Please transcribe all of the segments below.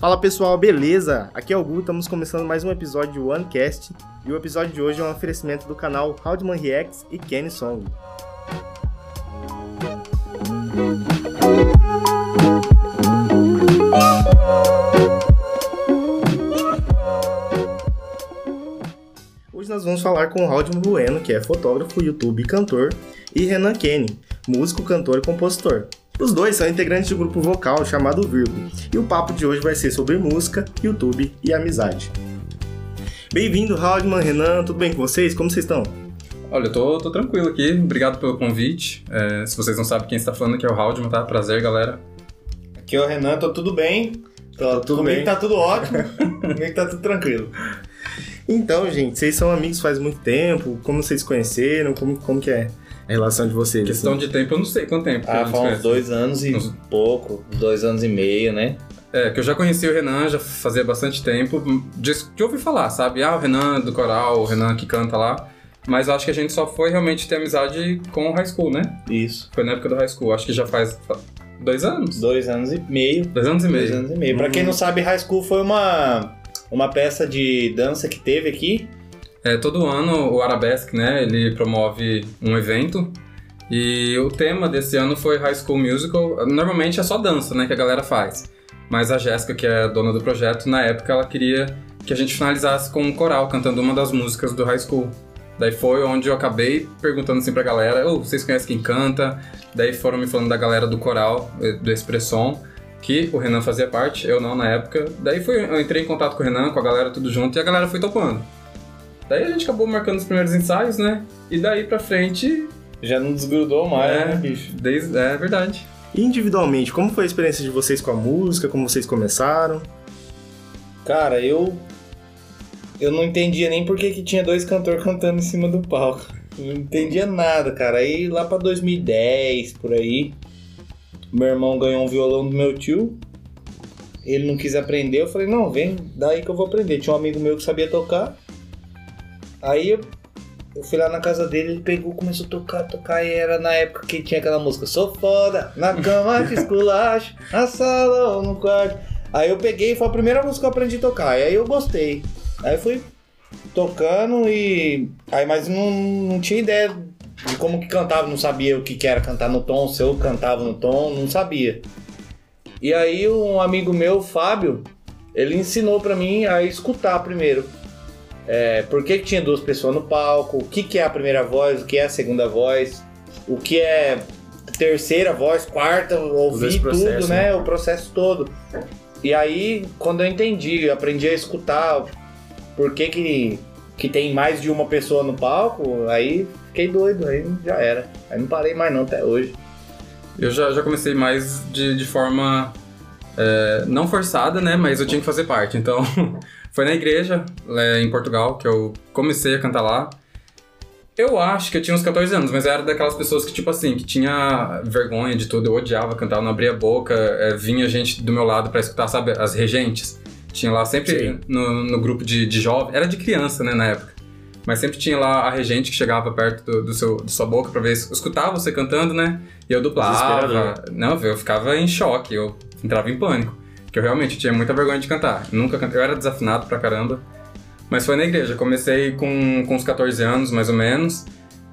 Fala pessoal, beleza? Aqui é o Gu, estamos começando mais um episódio do OneCast e o episódio de hoje é um oferecimento do canal Haldman Reacts e Kenny Song. Hoje nós vamos falar com o Haldman Bueno, que é fotógrafo, YouTube e cantor, e Renan Kenny, músico, cantor e compositor. Os dois são integrantes de um grupo vocal chamado Virgo, e o papo de hoje vai ser sobre música, YouTube e amizade. Bem-vindo, Haldman, Renan, tudo bem com vocês? Como vocês estão? Olha, eu tô tranquilo aqui, obrigado pelo convite. Se vocês não sabem quem está falando aqui é o Haldman, tá? Prazer, galera. Aqui é o Renan, tô tudo bem. Tudo bem? Tá tudo ótimo, comigo tá tudo tranquilo. Então, gente, vocês são amigos faz muito tempo, como vocês se conheceram, como que é a relação de vocês? Questão de tempo, eu não sei quanto tempo. Faz uns 2 anos e pouco, 2 anos e meio, né? Que eu já conheci o Renan, já fazia bastante tempo, de ouvir falar, sabe? O Renan do coral, o Renan que canta lá. Mas eu acho que a gente só foi realmente ter amizade com o High School, né? Isso. Foi na época do High School, acho que já faz 2 anos? 2 anos e meio. 2 anos e meio. 2 anos e meio. Pra quem não sabe, High School foi uma peça de dança que teve aqui. Todo ano o Arabesque, né, ele promove um evento e o tema desse ano foi High School Musical. Normalmente é só dança, né, que a galera faz. Mas a Jéssica, que é a dona do projeto, na época ela queria que a gente finalizasse com um coral cantando uma das músicas do High School. Daí foi onde eu acabei perguntando assim pra galera, vocês conhecem quem canta? Daí foram me falando da galera do coral, do Expresson, que o Renan fazia parte, eu não na época. Daí eu entrei em contato com o Renan, com a galera tudo junto, e a galera foi topando. Daí a gente acabou marcando os primeiros ensaios, né? E daí pra frente... Já não desgrudou mais, né, bicho? É verdade. E individualmente, como foi a experiência de vocês com a música? Como vocês começaram? Cara, eu não entendia nem por que tinha 2 cantores cantando em cima do palco. Eu não entendia nada, cara. Aí lá pra 2010, por aí, meu irmão ganhou um violão do meu tio. Ele não quis aprender, eu falei, não, vem, daí que eu vou aprender. Tinha um amigo meu que sabia tocar. Aí eu fui lá na casa dele, ele pegou, começou a tocar, e era na época que tinha aquela música, sou foda, na cama te esculacho, na sala ou no quarto. Aí eu peguei, foi a primeira música que eu aprendi a tocar, e aí eu gostei. Aí eu fui tocando mas não tinha ideia de como que cantava, não sabia o que era cantar no tom, se eu cantava no tom, não sabia. E aí um amigo meu, Fábio, ele ensinou pra mim a escutar primeiro. Por que tinha 2 pessoas no palco, o que é a primeira voz, o que é a segunda voz, o que é terceira voz, quarta, ouvir tudo, né? O processo todo. E aí, quando eu entendi, eu aprendi a escutar por que tem mais de uma pessoa no palco, aí fiquei doido, aí já era. Aí não parei mais não, até hoje. Eu já comecei mais de forma não forçada, né? Mas eu tinha que fazer parte, então... Foi na igreja, em Portugal, que eu comecei a cantar lá. Eu acho que eu tinha uns 14 anos, mas eu era daquelas pessoas que, tipo assim, que tinha vergonha de tudo. Eu odiava cantar, eu não abria a boca. Vinha gente do meu lado pra escutar, sabe, as regentes. Tinha lá sempre no grupo de jovens, era de criança, né, na época. Mas sempre tinha lá a regente que chegava perto da sua boca pra ver, escutar você cantando, né? E eu dublava. Não, eu ficava em choque, eu entrava em pânico. Que eu realmente tinha muita vergonha de cantar. Eu era desafinado pra caramba. Mas foi na igreja. Comecei com uns 14 anos, mais ou menos.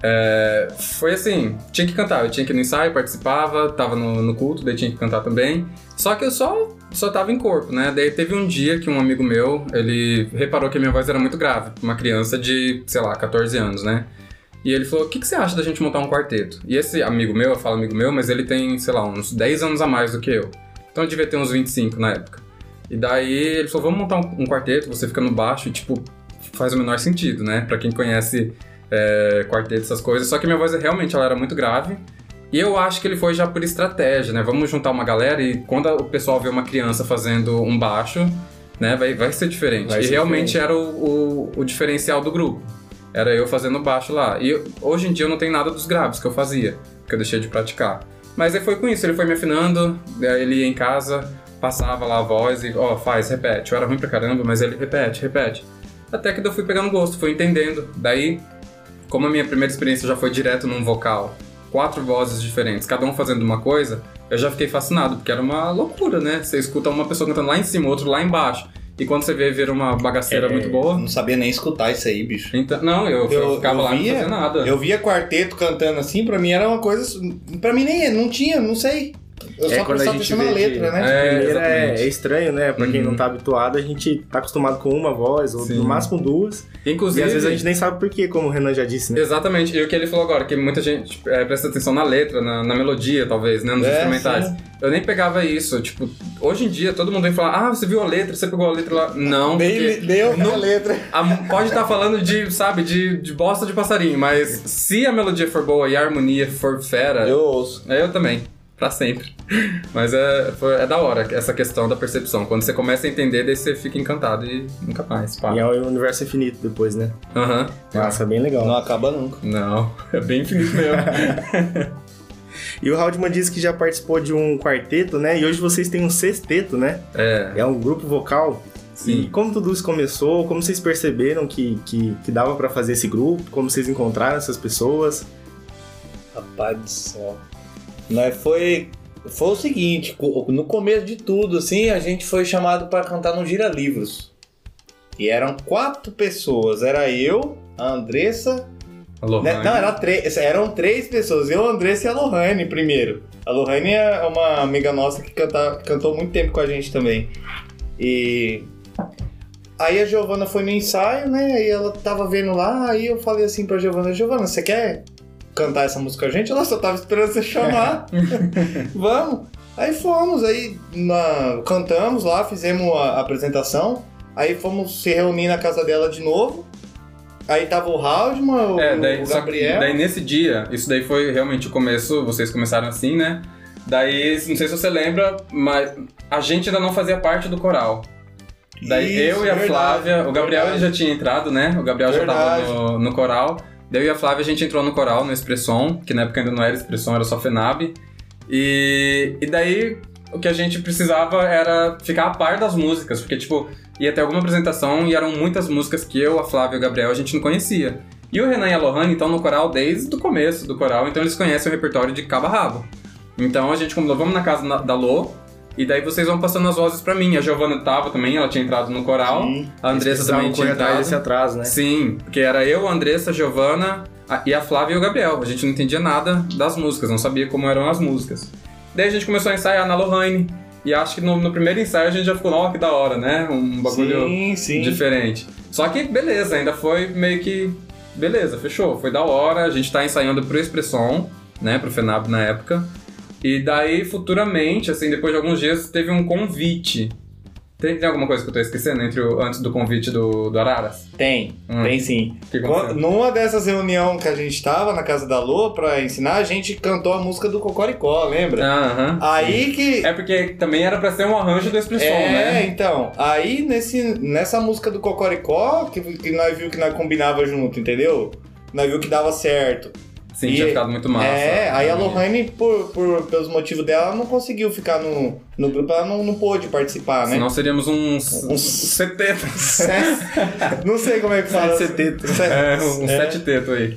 Foi assim, tinha que cantar. Eu tinha que ir no ensaio, participava, tava no culto, daí tinha que cantar também. Só que eu só tava em corpo, né? Daí teve um dia que um amigo meu, ele reparou que a minha voz era muito grave. Uma criança de, sei lá, 14 anos, né? E ele falou, o que você acha da gente montar um quarteto? E esse amigo meu, eu falo amigo meu, mas ele tem, sei lá, uns 10 anos a mais do que eu. Então eu devia ter uns 25 na época. E daí ele falou, vamos montar um quarteto, você fica no baixo e tipo, faz o menor sentido, né? Pra quem conhece quarteto, essas coisas. Só que minha voz realmente ela era muito grave. E eu acho que ele foi já por estratégia, né? Vamos juntar uma galera e quando o pessoal vê uma criança fazendo um baixo, né? Vai ser diferente. E realmente era o diferencial do grupo. Era eu fazendo baixo lá. E hoje em dia eu não tenho nada dos graves que eu fazia, porque eu deixei de praticar. Mas aí foi com isso, ele foi me afinando, ele ia em casa, passava lá a voz e, repete. Eu era ruim pra caramba, mas ele repete. Até que eu fui pegando gosto, fui entendendo. Daí, como a minha primeira experiência já foi direto num vocal, 4 vozes diferentes, cada um fazendo uma coisa, eu já fiquei fascinado, porque era uma loucura, né? Você escuta uma pessoa cantando lá em cima, outro lá embaixo. E quando você vê, vira uma bagaceira muito boa. Eu não sabia nem escutar isso aí, bicho. Então, não, eu ficava lá e não fazia nada. Eu via quarteto cantando assim, pra mim era uma coisa... Pra mim nem não tinha, não sei. Eu só prestava atenção na letra, né? Primeiro é estranho, né? Pra quem não tá habituado, a gente tá acostumado com uma voz, ou no máximo duas. Inclusive, e às vezes a gente nem sabe por quê, como o Renan já disse, né? Exatamente. E o que ele falou agora, que muita gente presta atenção na letra, na melodia, talvez, né? Nos instrumentais. Sim. Eu nem pegava isso. Tipo, hoje em dia, todo mundo vem falar, você viu a letra, você pegou a letra lá. Não, deu a letra. Pode estar falando de, sabe, de bosta de passarinho, mas se a melodia for boa e a harmonia for fera... Eu ouço. Eu também. Pra sempre. Mas é da hora essa questão da percepção. Quando você começa a entender, daí você fica encantado e nunca mais. Pá. E é um universo infinito depois, né? Nossa, é bem legal. Não acaba nunca. Não, é bem infinito mesmo. E o Haldeman disse que já participou de um quarteto, né? E hoje vocês têm um sexteto, né? É um grupo vocal. Sim. E como tudo isso começou? Como vocês perceberam que dava pra fazer esse grupo? Como vocês encontraram essas pessoas? Rapaz do céu. Foi o seguinte, no começo de tudo, assim, a gente foi chamado para cantar no Gira Livros. E eram 4 pessoas, era eu, a Andressa... A Lohane. Não, eram 3 pessoas, eu, a Andressa e a Lohane primeiro. A Lohane é uma amiga nossa que cantou muito tempo com a gente também. E... aí a Giovana foi no ensaio, né, aí ela tava vendo lá, aí eu falei assim pra Giovana, você quer... cantar essa música com a gente? Ela só tava esperando você chamar. Vamos. Aí fomos, aí cantamos lá, fizemos a apresentação, aí fomos se reunir na casa dela de novo. Aí tava o Haldeman, o Gabriel. Daí nesse dia, isso daí foi realmente o começo, vocês começaram assim, né? Daí, não sei se você lembra, mas a gente ainda não fazia parte do coral. Daí isso, eu e a Flávia, o Gabriel ele já tinha entrado, né? O Gabriel já tava no coral. Daí eu e a Flávia, a gente entrou no coral, no Expressom, que na época ainda não era Expressom, era só FENAB. E daí, o que a gente precisava era ficar a par das músicas, porque, tipo, ia ter alguma apresentação e eram muitas músicas que eu, a Flávia e o Gabriel, a gente não conhecia. E o Renan e a Lohane estão no coral desde o começo do coral, então eles conhecem o repertório de cabo a rabo. Então a gente combinou, vamos na casa da Lô, e daí vocês vão passando as vozes pra mim. A Giovana tava também, ela tinha entrado no coral. Sim. A Andressa também tinha entrado. Desse atraso, né? Sim, porque era eu, a Andressa, a Giovana e a Flávia e o Gabriel. A gente não entendia nada das músicas, não sabia como eram as músicas. Daí a gente começou a ensaiar na Lohane. E acho que no primeiro ensaio a gente já ficou, ó, que da hora, né? Um bagulho diferente. Só que beleza, ainda foi meio que... beleza, fechou, foi da hora. A gente tá ensaiando pro Expressom, né? Pro FENAB na época. E daí, futuramente, assim, depois de alguns dias, teve um convite. Tem alguma coisa que eu tô esquecendo antes do convite do Araras? Tem sim. Numa dessas reuniões que a gente tava na casa da Lô pra ensinar, a gente cantou a música do Cocoricó, lembra? Aí que... é porque também era pra ser um arranjo do Expressom, né? Então. Aí nessa música do Cocoricó, que nós viu que nós combinava junto, entendeu? Nós viu que dava certo. Sim, tinha ficado muito massa. Aí a Lohane, pelos motivos dela, não conseguiu ficar no grupo, ela não pôde participar, né? Senão seríamos uns seteto. Não sei como é que fala. Seteto. Sete teto aí.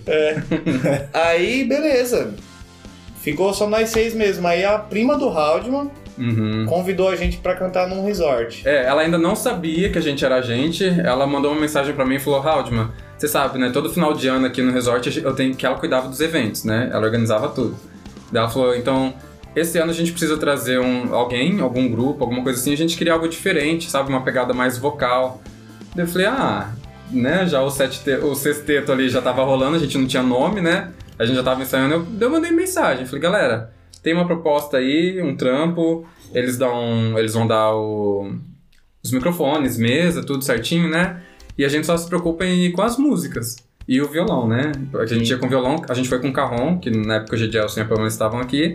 Aí, beleza. Ficou só nós 6 mesmo. Aí a prima do Haldeman convidou a gente pra cantar num resort. Ela ainda não sabia que a gente era a gente. Ela mandou uma mensagem pra mim e falou, Haldeman, você sabe, né? Todo final de ano aqui no resort, que ela cuidava dos eventos, né? Ela organizava tudo. Daí ela falou, então, esse ano a gente precisa trazer algum grupo, alguma coisa assim. A gente queria algo diferente, sabe? Uma pegada mais vocal. Daí eu falei, né? Já o sexteto ali já tava rolando, a gente não tinha nome, né? A gente já tava ensaiando. Eu mandei mensagem, falei, galera, tem uma proposta aí, um trampo. Eles vão dar os microfones, mesa, tudo certinho, né? E a gente só se preocupa em ir com as músicas. E o violão, né? A gente ia com violão, a gente foi com o Carrom, que na época o Gedielson e a Pamela estavam aqui.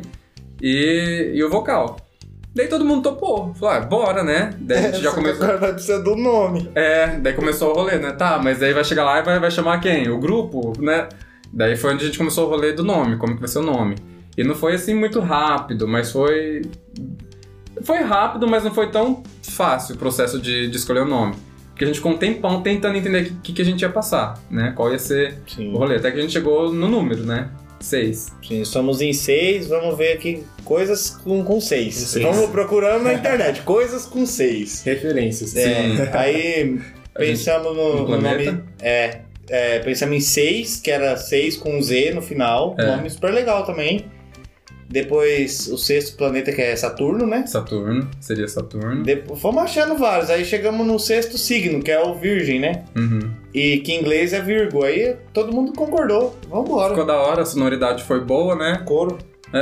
E o vocal. Daí todo mundo topou. Falou, bora, né? Daí a gente já começou... Agora vai precisar do nome. Daí começou o rolê, né? Tá, mas daí vai chegar lá e vai chamar quem? O grupo, né? Daí foi onde a gente começou o rolê do nome, como que vai ser o nome. E não foi assim muito rápido, mas foi... Foi rápido, mas não foi tão fácil o processo de escolher o nome. Porque a gente ficou um tempão tentando entender o que a gente ia passar, né? Qual ia ser o rolê. Até que a gente chegou no número, né? 6. Sim, somos em 6, vamos ver aqui coisas com 6. Seis. Vamos procurando na internet, coisas com 6. Referências. Aí pensamos no planeta. nome. Pensamos em 6, que era 6 com Z no final. Nome super legal também. Depois o sexto planeta, que é Saturno, né? Saturno, seria Saturno. Fomos achando vários. Aí chegamos no sexto signo, que é o Virgem, né? Uhum. E que em inglês é Virgo. Aí todo mundo concordou. Vambora. Ficou da hora, a sonoridade foi boa, né? Coro.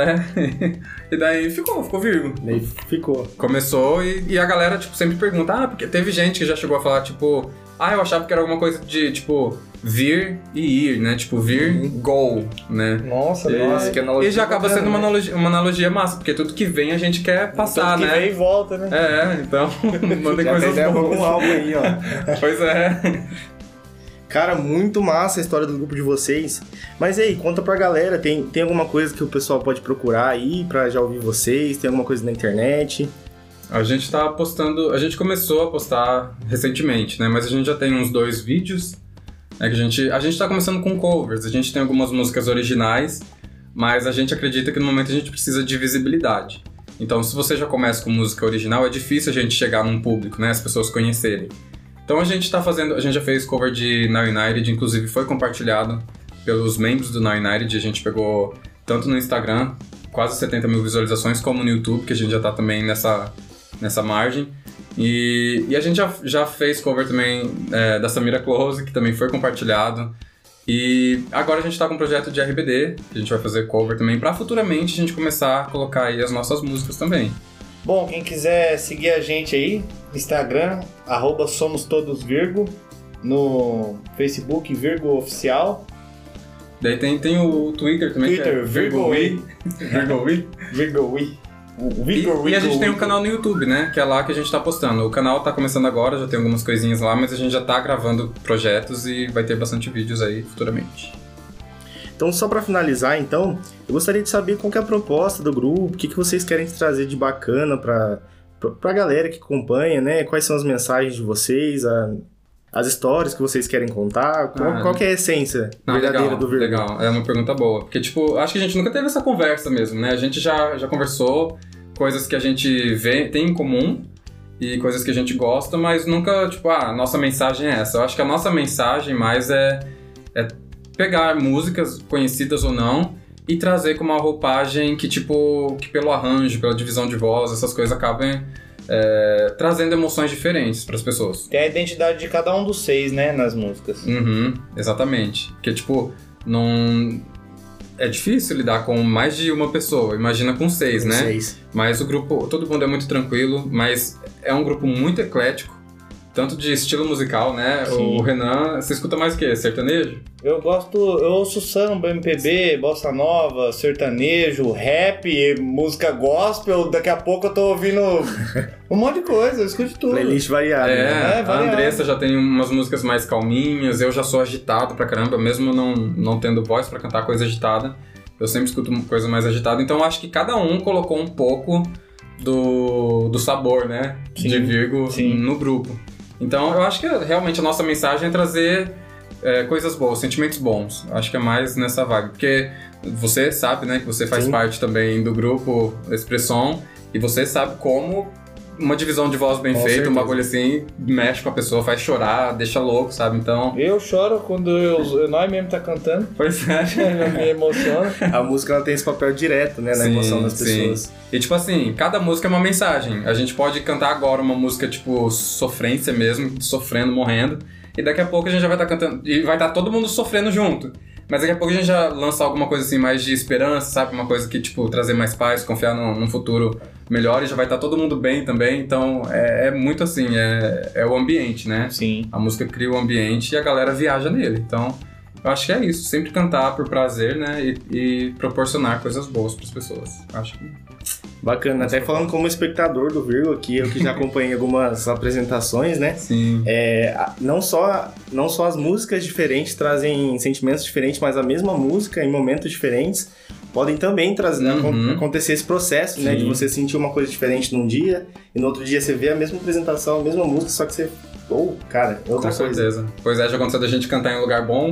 E daí ficou Virgo. Daí ficou. Começou e a galera, tipo, sempre pergunta, porque teve gente que já chegou a falar, tipo, eu achava que era alguma coisa de, tipo, vir e ir, né? Tipo, vir, go, né? Nossa, que analogia. E já acaba sendo uma analogia massa, porque tudo que vem a gente quer passar, tudo que né? vem e volta, né? Então, mandem Já coisas tem boas. um álbum aí, ó. Pois é. Cara, muito massa a história do grupo de vocês. Mas aí, conta pra galera, tem alguma coisa que o pessoal pode procurar aí pra já ouvir vocês? Tem alguma coisa na internet? A gente tá postando, a gente começou a postar recentemente, né? Mas a gente já tem uns 2 vídeos, né? Que a gente tá começando com covers, a gente tem algumas músicas originais, mas a gente acredita que no momento a gente precisa de visibilidade. Então, se você já começa com música original, é difícil a gente chegar num público, né? As pessoas conhecerem. Então a gente já fez cover de Now United, inclusive foi compartilhado pelos membros do Now United, a gente pegou tanto no Instagram, quase 70 mil visualizações, como no YouTube, que a gente já tá também nessa margem. E a gente já fez cover também da Samira Close, que também foi compartilhado. E agora a gente tá com um projeto de RBD, que a gente vai fazer cover também, pra futuramente a gente começar a colocar aí as nossas músicas também. Bom, quem quiser seguir a gente aí, Instagram, @somostodosvirgo, no Facebook, Virgo Oficial. Daí tem o Twitter também, Twitter, que é VirgoWe. VirgoWe. E a gente tem um canal no YouTube, né? Que é lá que a gente tá postando. O canal tá começando agora, já tem algumas coisinhas lá, mas a gente já tá gravando projetos e vai ter bastante vídeos aí futuramente. Então, só pra finalizar, então, eu gostaria de saber qual que é a proposta do grupo, o que vocês querem trazer de bacana pra galera que acompanha, né? Quais são as mensagens de vocês, as histórias que vocês querem contar, qual que é a essência verdadeira do Virgo? Legal, é uma pergunta boa. Porque, tipo, acho que a gente nunca teve essa conversa mesmo, né? A gente já conversou coisas que a gente tem em comum e coisas que a gente gosta, mas nunca, tipo, nossa mensagem é essa. Eu acho que a nossa mensagem mais é pegar músicas conhecidas ou não e trazer com uma roupagem que, tipo, que pelo arranjo, pela divisão de voz, essas coisas acabem trazendo emoções diferentes para as pessoas. Tem a identidade de cada um dos 6, né, nas músicas. Uhum, exatamente. Porque, tipo, não... É difícil lidar com mais de uma pessoa, imagina com 6, né? 6. Mas o grupo, todo mundo é muito tranquilo, mas é um grupo muito eclético, tanto de estilo musical, né? Sim. O Renan, você escuta mais o quê? Sertanejo? Eu ouço samba, MPB, bossa nova, sertanejo, rap, música gospel, daqui a pouco eu tô ouvindo um monte de coisa, eu escuto tudo. Playlist variada. né? A Andressa já tem umas músicas mais calminhas, eu já sou agitado pra caramba, mesmo não tendo voz pra cantar coisa agitada, eu sempre escuto coisa mais agitada, então eu acho que cada um colocou um pouco do sabor, né? Sim. De Virgo no grupo. Então eu acho que realmente a nossa mensagem é trazer coisas boas, sentimentos bons. Acho que é mais nessa vibe, porque você sabe, né, que você faz parte também do grupo Expresson, e você sabe como uma divisão de voz bem feita, certeza. um bagulho assim, mexe com a pessoa, faz chorar, deixa louco, sabe? Então... Eu choro quando nós mesmo tá cantando. Pois é. Me emociona. A música ela tem esse papel direto, né, na emoção das pessoas. E tipo assim, cada música é uma mensagem. A gente pode cantar agora uma música tipo sofrência mesmo, sofrendo, morrendo, e daqui a pouco a gente já vai estar cantando, e vai estar todo mundo sofrendo junto. Mas daqui a pouco a gente já lança alguma coisa assim mais de esperança, sabe? Uma coisa que, tipo, trazer mais paz, confiar num futuro melhor, e já vai estar todo mundo bem também. Então, é muito assim, é o ambiente, né? Sim. A música cria o ambiente e a galera viaja nele. Então, eu acho que é isso. Sempre cantar por prazer, né? E proporcionar coisas boas para as pessoas. Acho que... Bacana. Até falando como espectador do Virgo aqui, eu que já acompanhei algumas apresentações, né? Sim. Não só as músicas diferentes trazem sentimentos diferentes, mas a mesma música em momentos diferentes podem também trazer, acontecer esse processo, né? De você sentir uma coisa diferente num dia e no outro dia você vê a mesma apresentação, a mesma música, só que você... cara, é outra coisa. Com certeza. Pois é, já aconteceu da gente cantar em um lugar bom,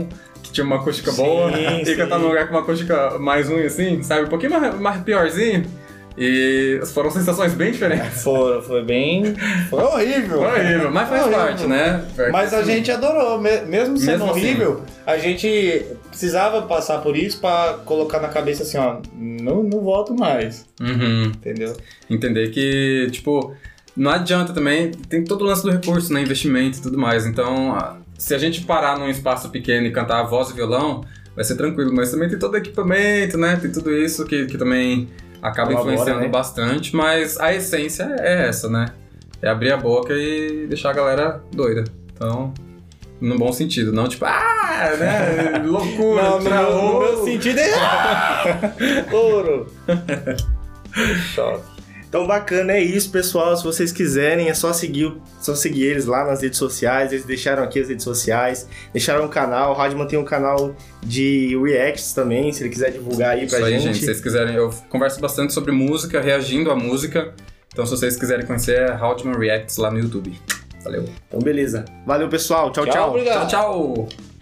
que tinha uma acústica boa, e sim. cantar num lugar com uma acústica mais ruim, assim, sabe? Um pouquinho mais piorzinho. E foram sensações bem diferentes. Foi bem... Foi horrível. Foi horrível, mas faz Horrível. parte, né? Mas a gente adorou, mesmo sendo Mesmo assim. horrível, a gente precisava passar por isso pra colocar na cabeça assim, ó, não volto mais, Uhum. entendeu? Entender que, tipo, não adianta também, tem todo o lance do recurso, né? Investimento e tudo mais. Então, se a gente parar num espaço pequeno e cantar voz e violão, vai ser tranquilo. Mas também tem todo o equipamento, né? Tem tudo isso que também acaba Colabora, influenciando né? bastante. Mas a essência é essa, né? É abrir a boca e deixar a galera doida. Então, no bom sentido. Não tipo, né? Loucura, Não, no travou. meu sentido é... Ouro. Choque. Então bacana, é isso, pessoal. Se vocês quiserem, é só seguir eles lá nas redes sociais. Eles deixaram aqui as redes sociais, deixaram um canal. O Radman tem um canal de reacts também, se ele quiser divulgar aí pra Isso aí, gente. se vocês quiserem, eu converso bastante sobre música, reagindo à música. Então, se vocês quiserem conhecer, é Haldman Reacts lá no YouTube. Valeu. Então beleza. Valeu, pessoal. Tchau, Tchau, tchau. obrigado. Tchau, tchau!